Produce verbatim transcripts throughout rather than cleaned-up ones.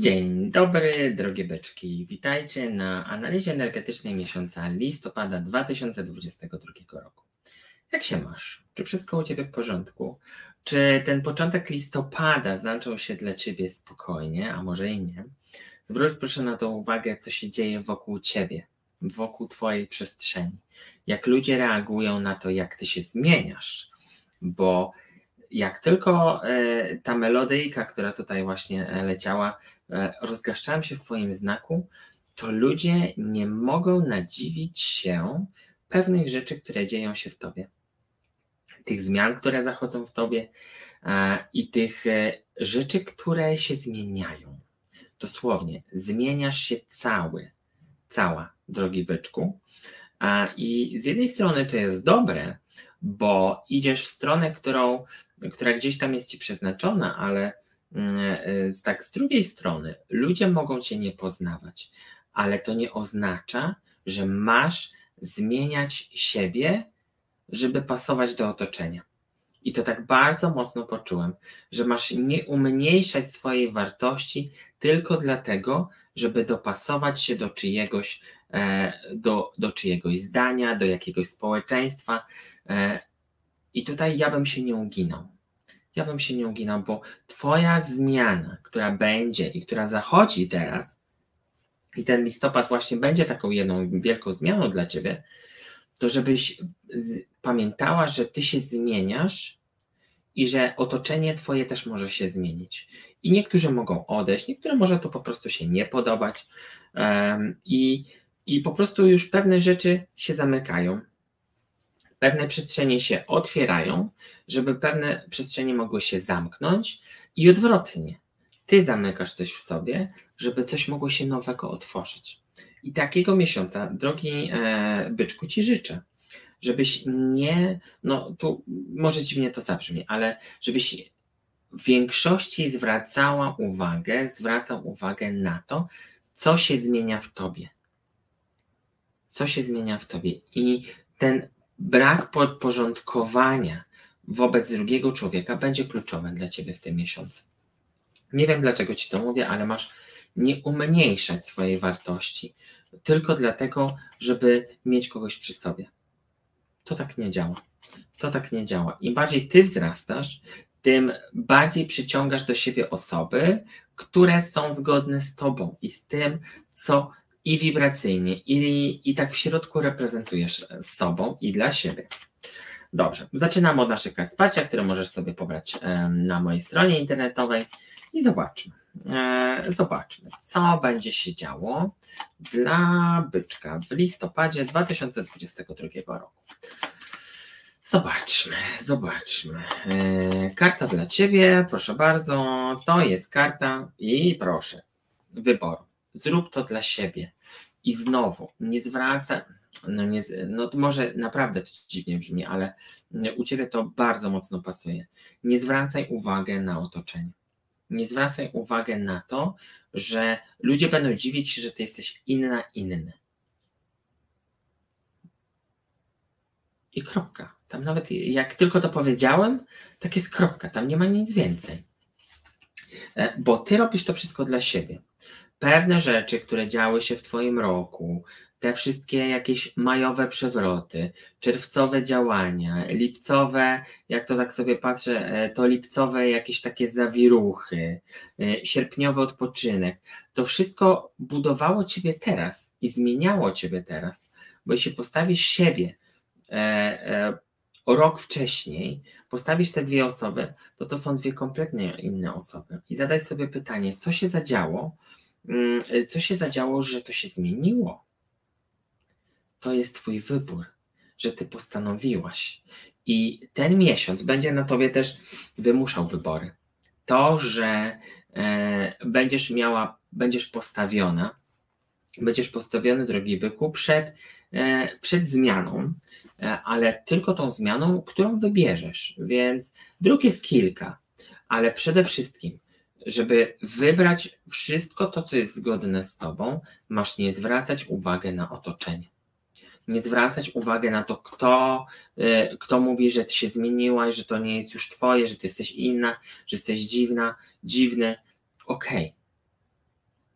Dzień dobry, drogie beczki. Witajcie na analizie energetycznej miesiąca listopada dwa tysiące dwudziestego drugiego roku. Jak się masz? Czy wszystko u Ciebie w porządku? Czy ten początek listopada zaczął się dla Ciebie spokojnie, a może i nie? Zwróć proszę na to uwagę, co się dzieje wokół Ciebie, wokół Twojej przestrzeni. Jak ludzie reagują na to, jak Ty się zmieniasz, bo jak tylko e, ta melodyjka, która tutaj właśnie e, leciała, e, rozgaszczała się w Twoim znaku, to ludzie nie mogą nadziwić się pewnych rzeczy, które dzieją się w Tobie. Tych zmian, które zachodzą w Tobie e, i tych e, rzeczy, które się zmieniają. Dosłownie, zmieniasz się cały, cała, drogi byczku. A, I z jednej strony to jest dobre, bo idziesz w stronę, którą, która gdzieś tam jest Ci przeznaczona, ale yy, tak z drugiej strony ludzie mogą Cię nie poznawać, ale to nie oznacza, że masz zmieniać siebie, żeby pasować do otoczenia. I to tak bardzo mocno poczułem, że masz nie umniejszać swojej wartości tylko dlatego, żeby dopasować się do czyjegoś, do, do czyjegoś zdania, do jakiegoś społeczeństwa. I tutaj ja bym się nie uginał. Ja bym się nie uginał, bo Twoja zmiana, która będzie i która zachodzi teraz, i ten listopad właśnie będzie taką jedną wielką zmianą dla Ciebie, to żebyś pamiętała, że Ty się zmieniasz i że otoczenie Twoje też może się zmienić. I niektórzy mogą odejść, niektóre może to po prostu się nie podobać um, i, i po prostu już pewne rzeczy się zamykają. Pewne przestrzenie się otwierają, żeby pewne przestrzenie mogły się zamknąć i odwrotnie. Ty zamykasz coś w sobie, żeby coś mogło się nowego otworzyć. I takiego miesiąca, drogi e, byczku, Ci życzę. Żebyś nie, no tu może dziwnie to zabrzmi, ale żebyś w większości zwracała uwagę, zwracał uwagę na to, co się zmienia w Tobie. Co się zmienia w Tobie. I ten brak podporządkowania wobec drugiego człowieka będzie kluczowy dla Ciebie w tym miesiącu. Nie wiem, dlaczego Ci to mówię, ale masz nie umniejszać swojej wartości tylko dlatego, żeby mieć kogoś przy sobie. To tak nie działa. To tak nie działa. Im bardziej Ty wzrastasz, tym bardziej przyciągasz do siebie osoby, które są zgodne z Tobą i z tym, co i wibracyjnie, i, i tak w środku reprezentujesz z sobą i dla siebie. Dobrze, zaczynamy od naszych kart wsparcia, które możesz sobie pobrać na mojej stronie internetowej i zobaczmy. Zobaczmy, co będzie się działo dla byczka w listopadzie dwa tysiące dwudziestego drugiego roku. Zobaczmy, zobaczmy. Karta dla Ciebie, proszę bardzo, to jest karta i proszę, wyboru. Zrób to dla siebie. I znowu, nie zwracaj, no, nie, no może naprawdę to dziwnie brzmi, ale u Ciebie to bardzo mocno pasuje. Nie zwracaj uwagi na otoczenie. Nie zwracaj uwagi na to, że ludzie będą dziwić się, że Ty jesteś inna, inny. I kropka. Tam nawet jak tylko to powiedziałem, tak jest kropka. Tam nie ma nic więcej. Bo Ty robisz to wszystko dla siebie. Pewne rzeczy, które działy się w Twoim roku, te wszystkie jakieś majowe przewroty, czerwcowe działania, lipcowe, jak to tak sobie patrzę, to lipcowe jakieś takie zawiruchy, sierpniowy odpoczynek, to wszystko budowało Ciebie teraz i zmieniało Ciebie teraz, bo jeśli postawisz siebie e, e, o rok wcześniej, postawisz te dwie osoby, to to są dwie kompletnie inne osoby i zadaj sobie pytanie, co się zadziało, co się zadziało, że to się zmieniło. To jest Twój wybór, że Ty postanowiłaś. I ten miesiąc będzie na Tobie też wymuszał wybory. To, że e, będziesz miała, będziesz postawiona, będziesz postawiony, drogi byku, przed, e, przed zmianą, e, ale tylko tą zmianą, którą wybierzesz. Więc dróg jest kilka, ale przede wszystkim żeby wybrać wszystko to, co jest zgodne z Tobą, masz nie zwracać uwagi na otoczenie. Nie zwracać uwagi na to, kto, kto mówi, że Ty się zmieniłaś, że to nie jest już Twoje, że Ty jesteś inna, że jesteś dziwna, dziwny. Okej. Okay.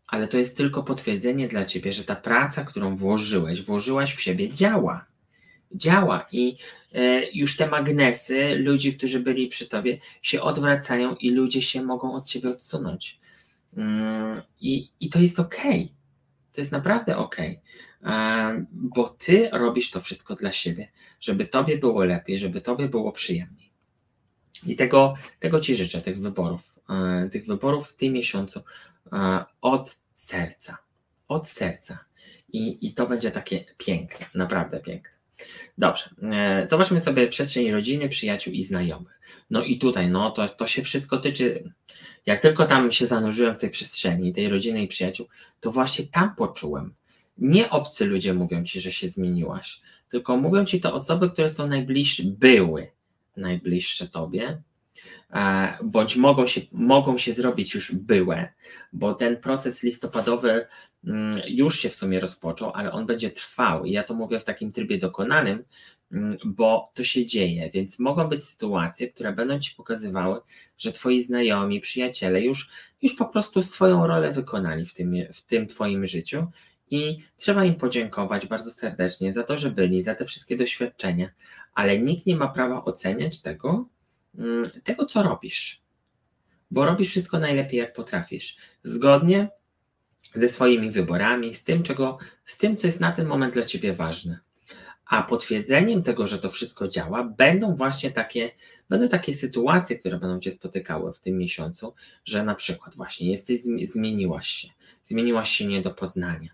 ale to jest tylko potwierdzenie dla ciebie, że ta praca, którą włożyłeś, włożyłaś w siebie, działa. Działa i e, już te magnesy, ludzi, którzy byli przy tobie, się odwracają i ludzie się mogą od ciebie odsunąć. Mm, i, I to jest okej. Okay. To jest naprawdę okej. Okay. Bo ty robisz to wszystko dla siebie, żeby tobie było lepiej, żeby tobie było przyjemniej. I tego, tego ci życzę, tych wyborów. E, tych wyborów w tym miesiącu e, od serca. Od serca. I, I to będzie takie piękne, naprawdę piękne. Dobrze, e, zobaczmy sobie przestrzeń rodziny, przyjaciół i znajomych. No i tutaj, no to, to się wszystko tyczy, jak tylko tam się zanurzyłem w tej przestrzeni, tej rodziny i przyjaciół, to właśnie tam poczułem. Nie obcy ludzie mówią ci, że się zmieniłaś, tylko mówią ci to osoby, które są najbliższe, były najbliższe tobie, e, bądź mogą się, mogą się zrobić już byłe, bo ten proces listopadowy już się w sumie rozpoczął, ale on będzie trwał i ja to mówię w takim trybie dokonanym, bo to się dzieje, więc mogą być sytuacje, które będą ci pokazywały, że twoi znajomi, przyjaciele już, już po prostu swoją rolę wykonali w tym, w tym twoim życiu i trzeba im podziękować bardzo serdecznie za to, że byli, za te wszystkie doświadczenia, ale nikt nie ma prawa oceniać tego, tego co robisz, bo robisz wszystko najlepiej jak potrafisz, zgodnie ze swoimi wyborami, z tym, czego, z tym, co jest na ten moment dla ciebie ważne. A potwierdzeniem tego, że to wszystko działa, będą właśnie takie, będą takie sytuacje, które będą cię spotykały w tym miesiącu, że na przykład właśnie jesteś, zmieniłaś się, zmieniłaś się nie do poznania.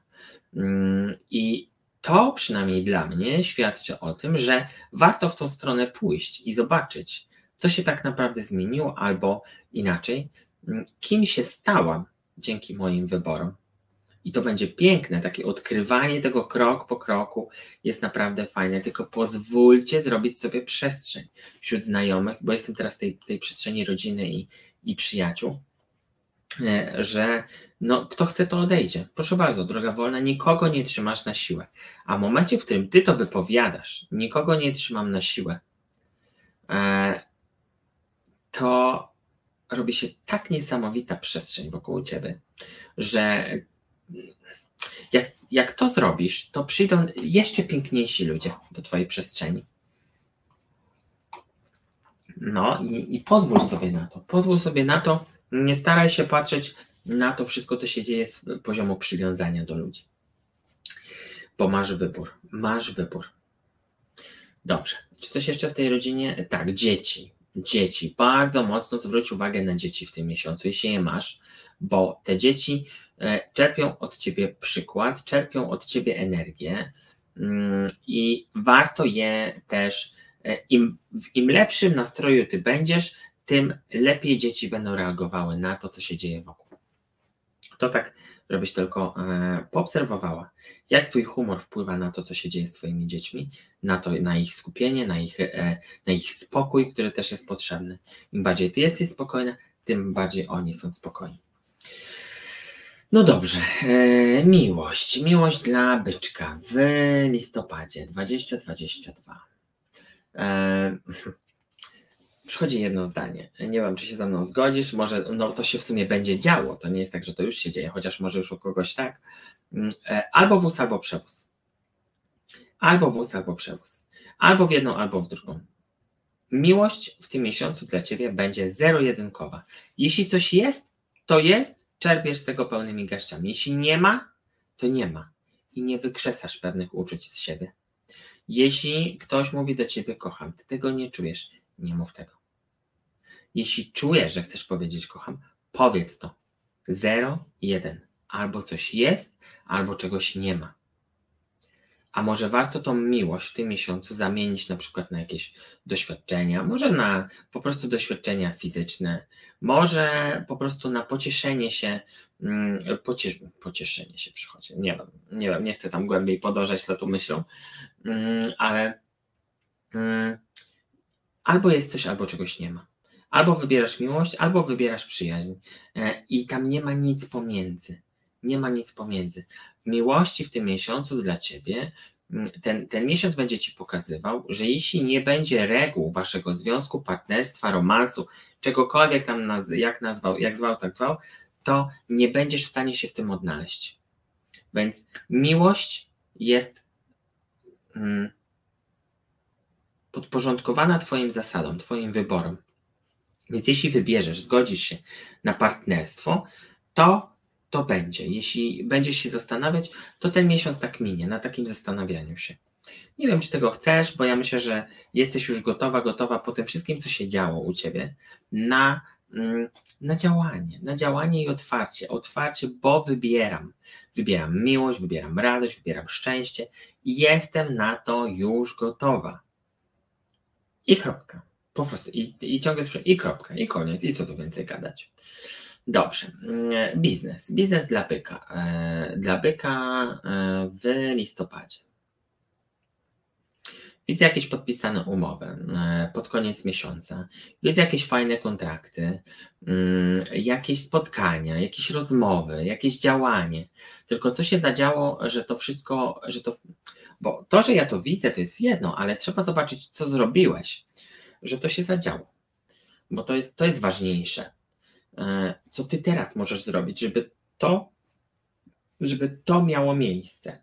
I to przynajmniej dla mnie świadczy o tym, że warto w tą stronę pójść i zobaczyć, co się tak naprawdę zmieniło, albo inaczej, kim się stałam dzięki moim wyborom. I to będzie piękne, takie odkrywanie tego krok po kroku jest naprawdę fajne, tylko pozwólcie zrobić sobie przestrzeń wśród znajomych, bo jestem teraz w tej, tej przestrzeni rodziny i, i przyjaciół, że no, kto chce, to odejdzie. Proszę bardzo, droga wolna, nikogo nie trzymasz na siłę. A w momencie, w którym ty to wypowiadasz, nikogo nie trzymam na siłę, to robi się tak niesamowita przestrzeń wokół ciebie, że jak, jak to zrobisz, to przyjdą jeszcze piękniejsi ludzie do twojej przestrzeni. No i, i pozwól sobie na to. Pozwól sobie na to. Nie staraj się patrzeć na to wszystko, co się dzieje z poziomu przywiązania do ludzi. Bo masz wybór. Masz wybór. Dobrze. Czy coś jeszcze w tej rodzinie? Tak, dzieci. Dzieci. Bardzo mocno zwróć uwagę na dzieci w tym miesiącu, jeśli je masz, bo te dzieci czerpią od ciebie przykład, czerpią od ciebie energię i warto je też, im, w im lepszym nastroju ty będziesz, tym lepiej dzieci będą reagowały na to, co się dzieje wokół. To tak, żebyś tylko e, poobserwowała, jak twój humor wpływa na to, co się dzieje z twoimi dziećmi, na to, na ich skupienie, na ich, e, na ich spokój, który też jest potrzebny. Im bardziej ty jesteś spokojna, tym bardziej oni są spokojni. No dobrze, e, miłość. Miłość dla byczka w listopadzie dwudziestym dwudziestym drugim. E, Przychodzi jedno zdanie. Nie wiem, czy się ze mną zgodzisz. Może no, to się w sumie będzie działo. To nie jest tak, że to już się dzieje, chociaż może już u kogoś tak. Albo wóz, albo przewóz. Albo wóz, albo przewóz. Albo w jedną, albo w drugą. Miłość w tym miesiącu dla ciebie będzie zero-jedynkowa. Jeśli coś jest, to jest, czerpiesz z tego pełnymi garściami. Jeśli nie ma, to nie ma. I nie wykrzesasz pewnych uczuć z siebie. Jeśli ktoś mówi do ciebie kocham, ty tego nie czujesz, nie mów tego. Jeśli czujesz, że chcesz powiedzieć kocham, powiedz to. Zero, jeden. Albo coś jest, albo czegoś nie ma. A może warto tą miłość w tym miesiącu zamienić na przykład na jakieś doświadczenia, może na po prostu doświadczenia fizyczne, może po prostu na pocieszenie się, pocies pocieszenie się przychodzi. Nie wiem, nie wiem, nie chcę tam głębiej podążać za tą myślą, ale albo jest coś, albo czegoś nie ma. Albo wybierasz miłość, albo wybierasz przyjaźń. I tam nie ma nic pomiędzy. Nie ma nic pomiędzy. W miłości w tym miesiącu dla ciebie, ten, ten miesiąc będzie ci pokazywał, że jeśli nie będzie reguł waszego związku, partnerstwa, romansu, czegokolwiek tam naz jak nazwał, jak zwał, tak zwał, to nie będziesz w stanie się w tym odnaleźć. Więc miłość jest mm, podporządkowana Twoim zasadom, Twoim wyborom. Więc jeśli wybierzesz, zgodzisz się na partnerstwo, to to będzie. Jeśli będziesz się zastanawiać, to ten miesiąc tak minie, na takim zastanawianiu się. Nie wiem, czy tego chcesz, bo ja myślę, że jesteś już gotowa, gotowa po tym wszystkim, co się działo u Ciebie, na, na działanie, na działanie i otwarcie. Otwarcie, bo wybieram. Wybieram miłość, wybieram radość, wybieram szczęście i jestem na to już gotowa. I kropka. Po prostu. I, i ciągle sprzedaż. I kropka. I koniec. I co tu więcej gadać. Dobrze. Biznes. Biznes dla byka. Dla byka w listopadzie. Widzę jakieś podpisane umowy pod koniec miesiąca. Widzę jakieś fajne kontrakty, jakieś spotkania, jakieś rozmowy, jakieś działanie. Tylko co się zadziało, że to wszystko, że to, bo to, że ja to widzę, to jest jedno, ale trzeba zobaczyć, co zrobiłeś, że to się zadziało. Bo to jest, to jest ważniejsze. Co ty teraz możesz zrobić, żeby to, żeby to miało miejsce.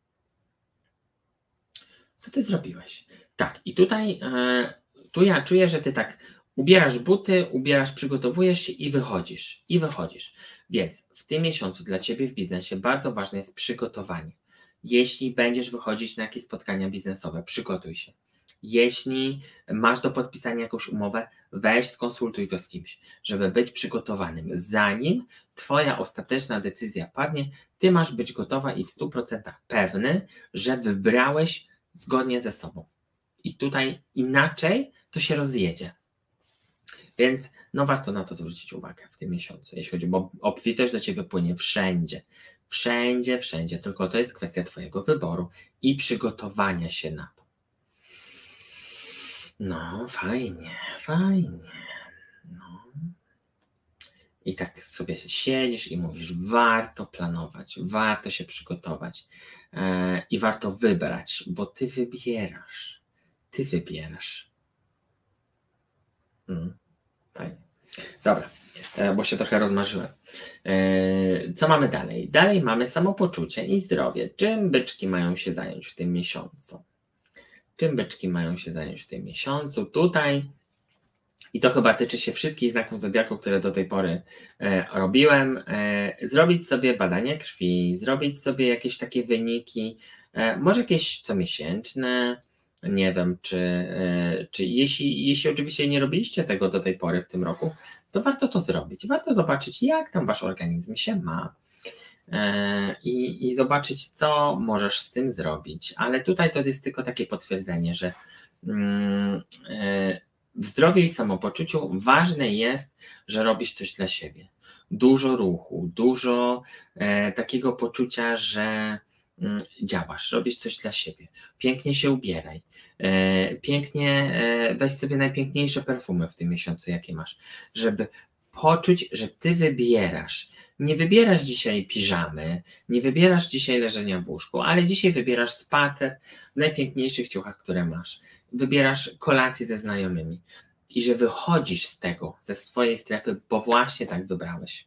Co ty zrobiłeś? Tak, i tutaj e, tu ja czuję, że ty tak ubierasz buty, ubierasz, przygotowujesz się i wychodzisz. I wychodzisz. Więc w tym miesiącu dla ciebie w biznesie bardzo ważne jest przygotowanie. Jeśli będziesz wychodzić na jakieś spotkania biznesowe, przygotuj się. Jeśli masz do podpisania jakąś umowę, weź skonsultuj to z kimś, żeby być przygotowanym. Zanim twoja ostateczna decyzja padnie, ty masz być gotowa i w stu procentach pewny, że wybrałeś zgodnie ze sobą. I tutaj inaczej to się rozjedzie. Więc no warto na to zwrócić uwagę w tym miesiącu, jeśli chodzi, bo obfitość do ciebie płynie wszędzie. Wszędzie, wszędzie. Tylko to jest kwestia twojego wyboru i przygotowania się na to. No, fajnie, fajnie. No. I tak sobie siedzisz i mówisz, warto planować, warto się przygotować yy, i warto wybrać, bo ty wybierasz. Ty wybierasz. Mm, fajnie. Dobra, yy, bo się trochę rozmarzyłem. Yy, co mamy dalej? Dalej mamy samopoczucie i zdrowie. Czym byczki mają się zająć w tym miesiącu? Czym byczki mają się zająć w tym miesiącu? Tutaj, i to chyba tyczy się wszystkich znaków zodiaku, które do tej pory e, robiłem, e, zrobić sobie badanie krwi, zrobić sobie jakieś takie wyniki, e, może jakieś comiesięczne, nie wiem, czy, e, czy jeśli, jeśli oczywiście nie robiliście tego do tej pory w tym roku, to warto to zrobić. Warto zobaczyć, jak tam wasz organizm się ma. I, i zobaczyć, co możesz z tym zrobić. Ale tutaj to jest tylko takie potwierdzenie, że mm, w zdrowiu i samopoczuciu ważne jest, że robisz coś dla siebie. Dużo ruchu, dużo e, takiego poczucia, że mm, działasz, robisz coś dla siebie. Pięknie się ubieraj. E, pięknie e, weź sobie najpiękniejsze perfumy w tym miesiącu, jakie masz, żeby poczuć, że ty wybierasz. Nie wybierasz dzisiaj piżamy, nie wybierasz dzisiaj leżenia w łóżku, ale dzisiaj wybierasz spacer w najpiękniejszych ciuchach, które masz. Wybierasz kolację ze znajomymi i że wychodzisz z tego, ze swojej strefy, bo właśnie tak wybrałeś.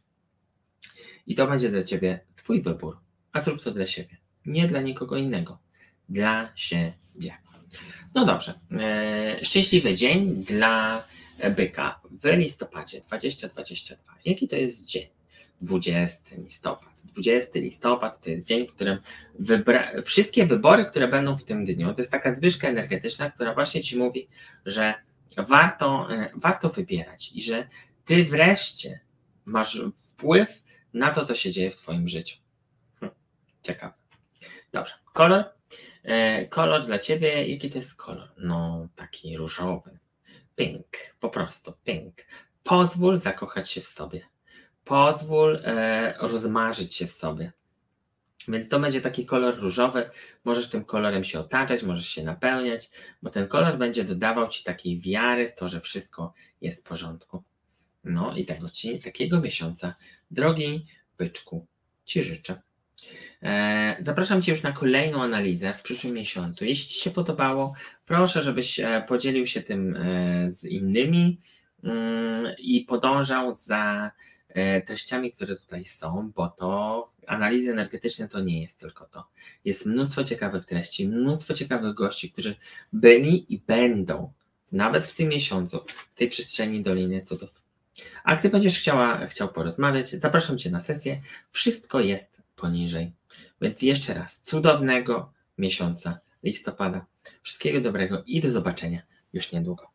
I to będzie dla ciebie twój wybór, a zrób to dla siebie, nie dla nikogo innego, dla siebie. No dobrze, eee, szczęśliwy dzień dla byka w listopadzie dwudziestym dwudziestym drugim. Jaki to jest dzień? dwudziesty listopad. dwudziesty listopad to jest dzień, w którym wybra- wszystkie wybory, które będą w tym dniu, to jest taka zwyżka energetyczna, która właśnie ci mówi, że warto, warto wybierać i że ty wreszcie masz wpływ na to, co się dzieje w twoim życiu. Hm, ciekawe. Dobrze, kolor. E, kolor dla ciebie, jaki to jest kolor? No, taki różowy. Pink, po prostu pink. Pozwól zakochać się w sobie. Pozwól e, rozmarzyć się w sobie. Więc to będzie taki kolor różowy. Możesz tym kolorem się otaczać, możesz się napełniać, bo ten kolor będzie dodawał ci takiej wiary w to, że wszystko jest w porządku. No i tego ci, takiego miesiąca, drogi byczku, ci życzę. E, zapraszam cię już na kolejną analizę w przyszłym miesiącu. Jeśli ci się podobało, proszę, żebyś e, podzielił się tym e, z innymi mm, i podążał za e, treściami, które tutaj są, bo to analizy energetyczne to nie jest tylko to. Jest mnóstwo ciekawych treści, mnóstwo ciekawych gości, którzy byli i będą nawet w tym miesiącu, w tej przestrzeni Doliny Cudów. A gdy będziesz chciała, chciał porozmawiać, zapraszam Cię na sesję. Wszystko jest poniżej. Więc jeszcze raz, cudownego miesiąca listopada. Wszystkiego dobrego i do zobaczenia już niedługo.